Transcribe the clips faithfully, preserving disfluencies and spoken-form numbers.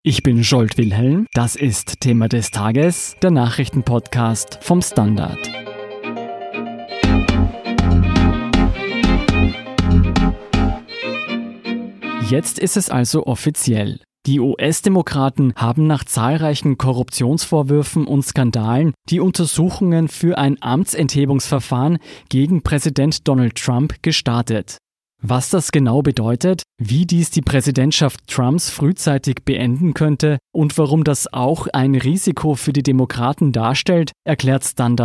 Ich bin Scholt Wilhelm, das ist Thema des Tages, der Nachrichtenpodcast vom Standard. Jetzt ist es also offiziell. Die U S-Demokraten haben nach zahlreichen Korruptionsvorwürfen und Skandalen die Untersuchungen für ein Amtsenthebungsverfahren gegen Präsident Donald Trump gestartet. Was das genau bedeutet, wie dies die Präsidentschaft Trumps frühzeitig beenden könnte und warum das auch ein Risiko für die Demokraten darstellt, erklärt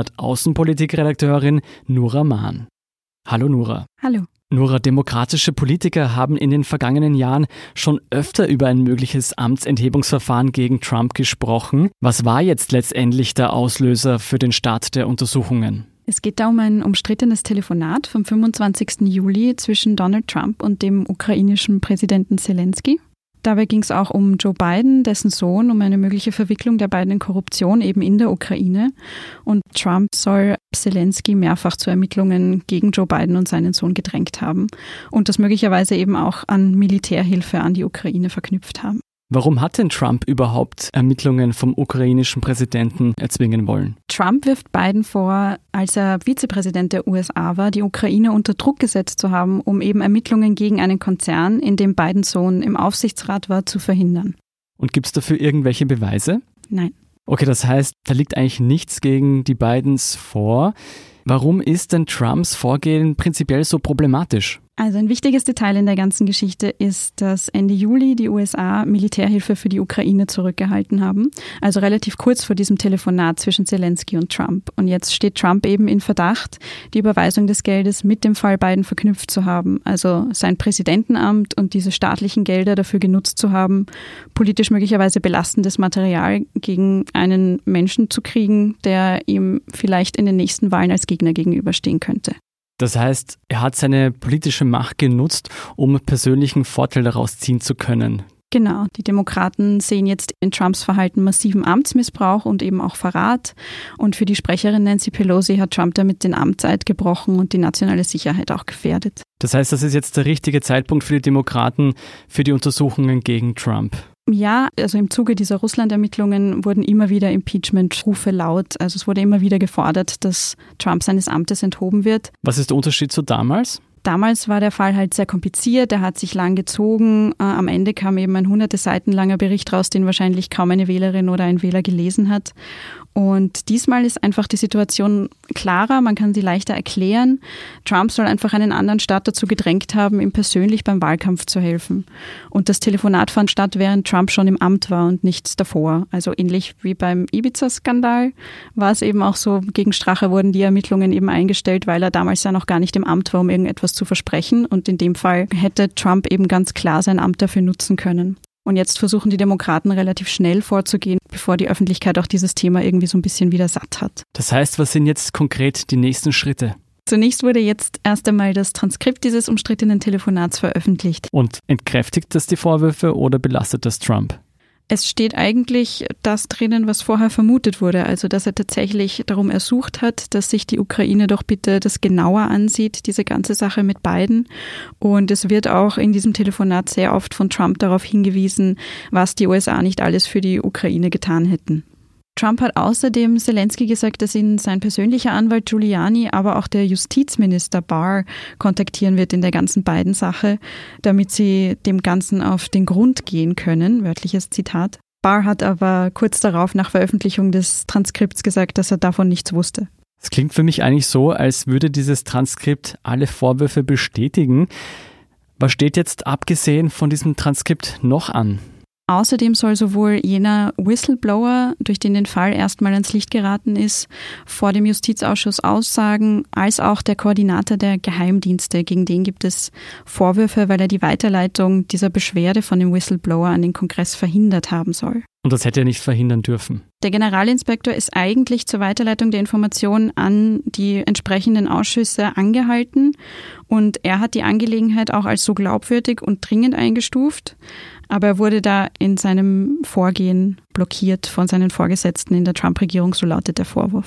Standard-Außenpolitik-Redakteurin Noura Mahn. Hallo Noura. Hallo. Noura, demokratische Politiker haben in den vergangenen Jahren schon öfter über ein mögliches Amtsenthebungsverfahren gegen Trump gesprochen. Was war jetzt letztendlich der Auslöser für den Start der Untersuchungen? Es geht da um ein umstrittenes Telefonat vom fünfundzwanzigsten Juli zwischen Donald Trump und dem ukrainischen Präsidenten Zelensky. Dabei ging es auch um Joe Biden, dessen Sohn, um eine mögliche Verwicklung der beiden in Korruption eben in der Ukraine. Und Trump soll Zelensky mehrfach zu Ermittlungen gegen Joe Biden und seinen Sohn gedrängt haben und das möglicherweise eben auch an Militärhilfe an die Ukraine verknüpft haben. Warum hat denn Trump überhaupt Ermittlungen vom ukrainischen Präsidenten erzwingen wollen? Trump wirft Biden vor, als er Vizepräsident der U S A war, die Ukraine unter Druck gesetzt zu haben, um eben Ermittlungen gegen einen Konzern, in dem Bidens Sohn im Aufsichtsrat war, zu verhindern. Und gibt es dafür irgendwelche Beweise? Nein. Okay, das heißt, da liegt eigentlich nichts gegen die Bidens vor. Warum ist denn Trumps Vorgehen prinzipiell so problematisch? Also ein wichtiges Detail in der ganzen Geschichte ist, dass Ende Juli die U S A Militärhilfe für die Ukraine zurückgehalten haben. Also relativ kurz vor diesem Telefonat zwischen Zelensky und Trump. Und jetzt steht Trump eben in Verdacht, die Überweisung des Geldes mit dem Fall Biden verknüpft zu haben. Also sein Präsidentenamt und diese staatlichen Gelder dafür genutzt zu haben, politisch möglicherweise belastendes Material gegen einen Menschen zu kriegen, der ihm vielleicht in den nächsten Wahlen als Gegner gegenüberstehen könnte. Das heißt, er hat seine politische Macht genutzt, um persönlichen Vorteil daraus ziehen zu können. Genau, die Demokraten sehen jetzt in Trumps Verhalten massiven Amtsmissbrauch und eben auch Verrat. Und für die Sprecherin Nancy Pelosi hat Trump damit den Amtseid gebrochen und die nationale Sicherheit auch gefährdet. Das heißt, das ist jetzt der richtige Zeitpunkt für die Demokraten für die Untersuchungen gegen Trump. Ja, also im Zuge dieser Russland-Ermittlungen wurden immer wieder Impeachment-Rufe laut. Also es wurde immer wieder gefordert, dass Trump seines Amtes enthoben wird. Was ist der Unterschied zu damals? Damals war der Fall halt sehr kompliziert, der hat sich lang gezogen. Äh, am Ende kam eben ein hunderte Seiten langer Bericht raus, den wahrscheinlich kaum eine Wählerin oder ein Wähler gelesen hat. Und diesmal ist einfach die Situation klarer, man kann sie leichter erklären. Trump soll einfach einen anderen Staat dazu gedrängt haben, ihm persönlich beim Wahlkampf zu helfen. Und das Telefonat fand statt, während Trump schon im Amt war und nichts davor. Also ähnlich wie beim Ibiza-Skandal war es eben auch so, gegen Strache wurden die Ermittlungen eben eingestellt, weil er damals ja noch gar nicht im Amt war, um irgendetwas zu versprechen. Und in dem Fall hätte Trump eben ganz klar sein Amt dafür nutzen können. Und jetzt versuchen die Demokraten relativ schnell vorzugehen, bevor die Öffentlichkeit auch dieses Thema irgendwie so ein bisschen wieder satt hat. Das heißt, was sind jetzt konkret die nächsten Schritte? Zunächst wurde jetzt erst einmal das Transkript dieses umstrittenen Telefonats veröffentlicht. Und entkräftigt das die Vorwürfe oder belastet das Trump? Es steht eigentlich das drinnen, was vorher vermutet wurde, also dass er tatsächlich darum ersucht hat, dass sich die Ukraine doch bitte das genauer ansieht, diese ganze Sache mit Biden. Und es wird auch in diesem Telefonat sehr oft von Trump darauf hingewiesen, was die U S A nicht alles für die Ukraine getan hätten. Trump hat außerdem Zelensky gesagt, dass ihn sein persönlicher Anwalt Giuliani, aber auch der Justizminister Barr kontaktieren wird in der ganzen Biden-Sache, damit sie dem Ganzen auf den Grund gehen können, wörtliches Zitat. Barr hat aber kurz darauf nach Veröffentlichung des Transkripts gesagt, dass er davon nichts wusste. Es klingt für mich eigentlich so, als würde dieses Transkript alle Vorwürfe bestätigen. Was steht jetzt abgesehen von diesem Transkript noch an? Außerdem soll sowohl jener Whistleblower, durch den den Fall erstmal ans Licht geraten ist, vor dem Justizausschuss aussagen, als auch der Koordinator der Geheimdienste. Gegen den gibt es Vorwürfe, weil er die Weiterleitung dieser Beschwerde von dem Whistleblower an den Kongress verhindert haben soll. Und das hätte er nicht verhindern dürfen. Der Generalinspektor ist eigentlich zur Weiterleitung der Informationen an die entsprechenden Ausschüsse angehalten und er hat die Angelegenheit auch als so glaubwürdig und dringend eingestuft. Aber er wurde da in seinem Vorgehen blockiert von seinen Vorgesetzten in der Trump-Regierung, so lautet der Vorwurf.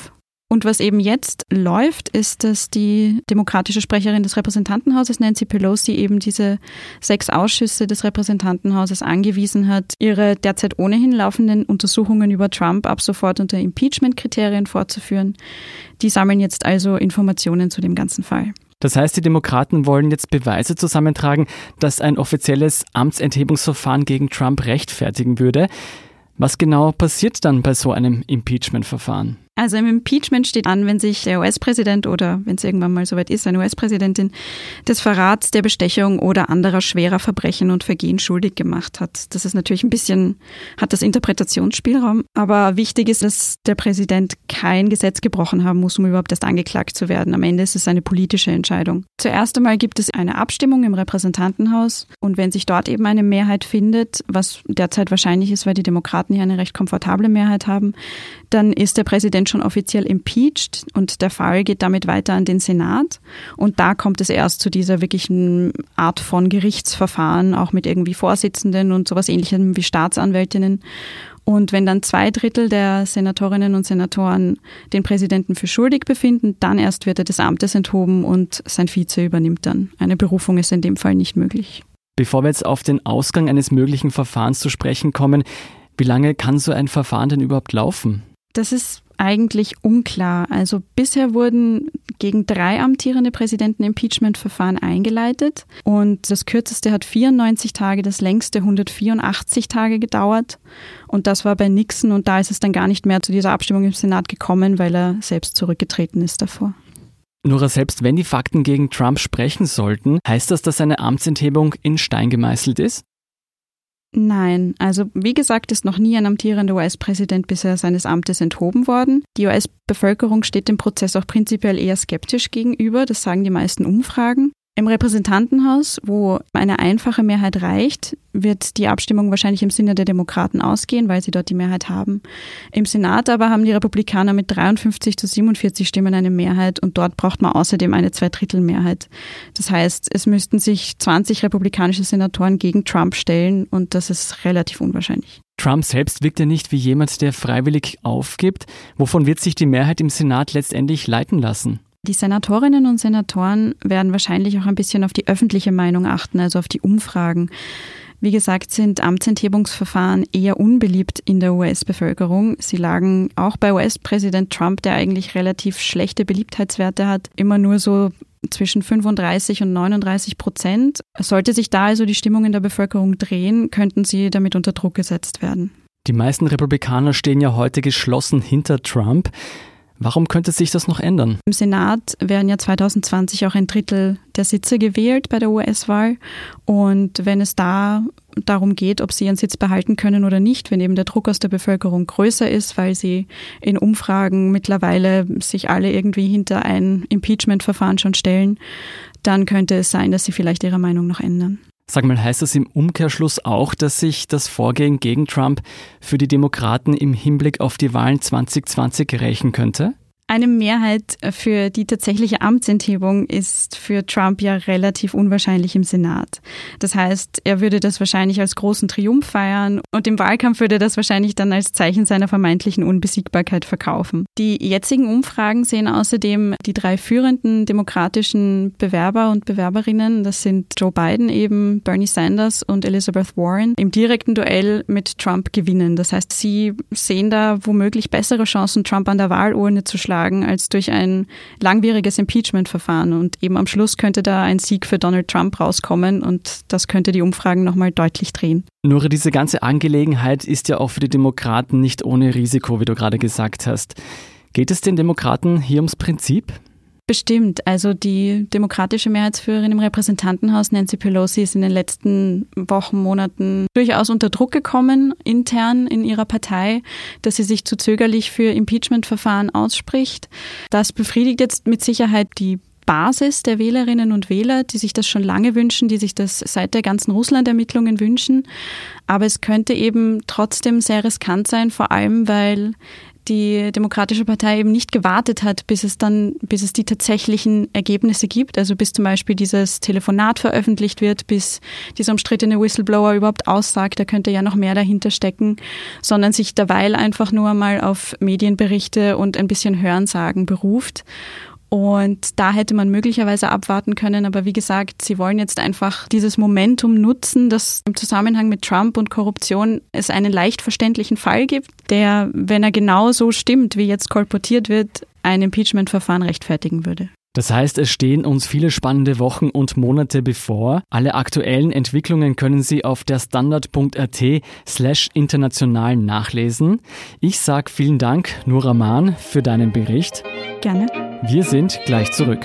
Und was eben jetzt läuft, ist, dass die demokratische Sprecherin des Repräsentantenhauses, Nancy Pelosi, eben diese sechs Ausschüsse des Repräsentantenhauses angewiesen hat, ihre derzeit ohnehin laufenden Untersuchungen über Trump ab sofort unter Impeachment-Kriterien fortzuführen. Die sammeln jetzt also Informationen zu dem ganzen Fall. Das heißt, die Demokraten wollen jetzt Beweise zusammentragen, dass ein offizielles Amtsenthebungsverfahren gegen Trump rechtfertigen würde. Was genau passiert dann bei so einem Impeachment-Verfahren? Also im Impeachment steht an, wenn sich der U S-Präsident oder, wenn es irgendwann mal soweit ist, eine U S-Präsidentin des Verrats, der Bestechung oder anderer schwerer Verbrechen und Vergehen schuldig gemacht hat. Das ist natürlich ein bisschen, hat das Interpretationsspielraum. Aber wichtig ist, dass der Präsident kein Gesetz gebrochen haben muss, um überhaupt erst angeklagt zu werden. Am Ende ist es eine politische Entscheidung. Zuerst einmal gibt es eine Abstimmung im Repräsentantenhaus. Und wenn sich dort eben eine Mehrheit findet, was derzeit wahrscheinlich ist, weil die Demokraten hier eine recht komfortable Mehrheit haben, dann ist der Präsident schon offiziell impeached und der Fall geht damit weiter an den Senat. Und da kommt es erst zu dieser wirklichen Art von Gerichtsverfahren, auch mit irgendwie Vorsitzenden und sowas Ähnlichem wie Staatsanwältinnen. Und wenn dann zwei Drittel der Senatorinnen und Senatoren den Präsidenten für schuldig befinden, dann erst wird er des Amtes enthoben und sein Vize übernimmt dann. Eine Berufung ist in dem Fall nicht möglich. Bevor wir jetzt auf den Ausgang eines möglichen Verfahrens zu sprechen kommen, wie lange kann so ein Verfahren denn überhaupt laufen? Das ist eigentlich unklar. Also bisher wurden gegen drei amtierende Präsidenten Impeachment-Verfahren eingeleitet und das kürzeste hat vierundneunzig Tage, das längste hundertvierundachtzig Tage gedauert und das war bei Nixon und da ist es dann gar nicht mehr zu dieser Abstimmung im Senat gekommen, weil er selbst zurückgetreten ist davor. Nora, selbst wenn die Fakten gegen Trump sprechen sollten, heißt das, dass seine Amtsenthebung in Stein gemeißelt ist? Nein, also wie gesagt, ist noch nie ein amtierender U S-Präsident bisher seines Amtes enthoben worden. Die U S-Bevölkerung steht dem Prozess auch prinzipiell eher skeptisch gegenüber, das sagen die meisten Umfragen. Im Repräsentantenhaus, wo eine einfache Mehrheit reicht, wird die Abstimmung wahrscheinlich im Sinne der Demokraten ausgehen, weil sie dort die Mehrheit haben. Im Senat aber haben die Republikaner mit dreiundfünfzig zu siebenundvierzig Stimmen eine Mehrheit und dort braucht man außerdem eine Zweidrittelmehrheit. Das heißt, es müssten sich zwanzig republikanische Senatoren gegen Trump stellen und das ist relativ unwahrscheinlich. Trump selbst wirkt ja nicht wie jemand, der freiwillig aufgibt. Wovon wird sich die Mehrheit im Senat letztendlich leiten lassen? Die Senatorinnen und Senatoren werden wahrscheinlich auch ein bisschen auf die öffentliche Meinung achten, also auf die Umfragen. Wie gesagt, sind Amtsenthebungsverfahren eher unbeliebt in der U S-Bevölkerung. Sie lagen auch bei U S-Präsident Trump, der eigentlich relativ schlechte Beliebtheitswerte hat, immer nur so zwischen fünfunddreißig und neununddreißig Prozent. Sollte sich da also die Stimmung in der Bevölkerung drehen, könnten sie damit unter Druck gesetzt werden. Die meisten Republikaner stehen ja heute geschlossen hinter Trump. Warum könnte sich das noch ändern? Im Senat werden ja zwanzig zwanzig auch ein Drittel der Sitze gewählt bei der U S-Wahl. Und wenn es da darum geht, ob sie ihren Sitz behalten können oder nicht, wenn eben der Druck aus der Bevölkerung größer ist, weil sie in Umfragen mittlerweile sich alle irgendwie hinter ein Impeachment-Verfahren schon stellen, dann könnte es sein, dass sie vielleicht ihre Meinung noch ändern. Sag mal, heißt das im Umkehrschluss auch, dass sich das Vorgehen gegen Trump für die Demokraten im Hinblick auf die Wahlen zwanzig zwanzig rächen könnte? Eine Mehrheit für die tatsächliche Amtsenthebung ist für Trump ja relativ unwahrscheinlich im Senat. Das heißt, er würde das wahrscheinlich als großen Triumph feiern und im Wahlkampf würde er das wahrscheinlich dann als Zeichen seiner vermeintlichen Unbesiegbarkeit verkaufen. Die jetzigen Umfragen sehen außerdem die drei führenden demokratischen Bewerber und Bewerberinnen, das sind Joe Biden eben, Bernie Sanders und Elizabeth Warren, im direkten Duell mit Trump gewinnen. Das heißt, sie sehen da womöglich bessere Chancen, Trump an der Wahlurne zu schlagen, als durch ein langwieriges Impeachment-Verfahren. Und eben am Schluss könnte da ein Sieg für Donald Trump rauskommen und das könnte die Umfragen nochmal deutlich drehen. Nur diese ganze Angelegenheit ist ja auch für die Demokraten nicht ohne Risiko, wie du gerade gesagt hast. Geht es den Demokraten hier ums Prinzip? Bestimmt. Also die demokratische Mehrheitsführerin im Repräsentantenhaus, Nancy Pelosi, ist in den letzten Wochen, Monaten durchaus unter Druck gekommen, intern in ihrer Partei, dass sie sich zu zögerlich für Impeachment-Verfahren ausspricht. Das befriedigt jetzt mit Sicherheit die Basis der Wählerinnen und Wähler, die sich das schon lange wünschen, die sich das seit der ganzen Russland-Ermittlungen wünschen. Aber es könnte eben trotzdem sehr riskant sein, vor allem weil die Demokratische Partei eben nicht gewartet hat, bis es dann, bis es die tatsächlichen Ergebnisse gibt, also bis zum Beispiel dieses Telefonat veröffentlicht wird, bis dieser umstrittene Whistleblower überhaupt aussagt, da könnte ja noch mehr dahinter stecken, sondern sich derweil einfach nur mal auf Medienberichte und ein bisschen Hörensagen beruft. Und da hätte man möglicherweise abwarten können. Aber wie gesagt, sie wollen jetzt einfach dieses Momentum nutzen, dass im Zusammenhang mit Trump und Korruption es einen leicht verständlichen Fall gibt, der, wenn er genau so stimmt, wie jetzt kolportiert wird, ein Impeachment-Verfahren rechtfertigen würde. Das heißt, es stehen uns viele spannende Wochen und Monate bevor. Alle aktuellen Entwicklungen können Sie auf der standard.at slash international nachlesen. Ich sage vielen Dank, Noura Mann, für deinen Bericht. Gerne. Wir sind gleich zurück.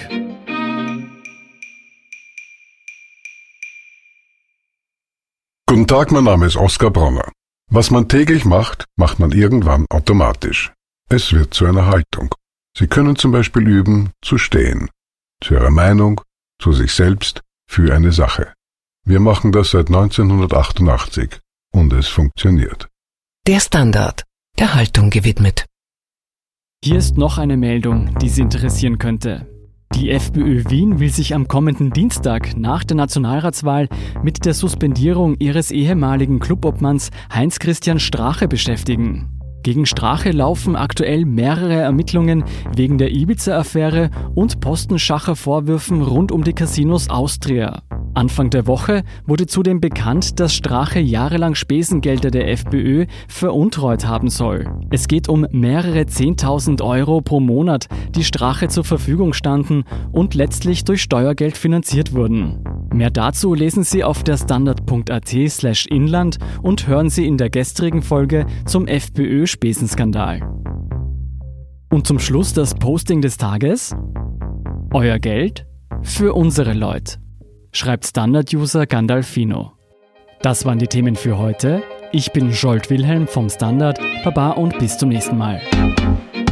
Guten Tag, mein Name ist Oskar Bronner. Was man täglich macht, macht man irgendwann automatisch. Es wird zu einer Haltung. Sie können zum Beispiel üben, zu stehen. Zu Ihrer Meinung, zu sich selbst, für eine Sache. Wir machen das seit neunzehnhundertachtundachtzig und es funktioniert. Der Standard, der Haltung gewidmet. Hier ist noch eine Meldung, die Sie interessieren könnte. Die FPÖ Wien will sich am kommenden Dienstag nach der Nationalratswahl mit der Suspendierung ihres ehemaligen Clubobmanns Heinz-Christian Strache beschäftigen. Gegen Strache laufen aktuell mehrere Ermittlungen wegen der Ibiza-Affäre und Postenschacher-Vorwürfen rund um die Casinos Austria. Anfang der Woche wurde zudem bekannt, dass Strache jahrelang Spesengelder der FPÖ veruntreut haben soll. Es geht um mehrere zehntausend Euro pro Monat, die Strache zur Verfügung standen und letztlich durch Steuergeld finanziert wurden. Mehr dazu lesen Sie auf der standard.at slash inland und hören Sie in der gestrigen Folge zum FPÖ-Spesenskandal. Und zum Schluss das Posting des Tages. Euer Geld für unsere Leute, schreibt Standard-User Gandalfino. Das waren die Themen für heute. Ich bin Scholt Wilhelm vom Standard. Baba und bis zum nächsten Mal.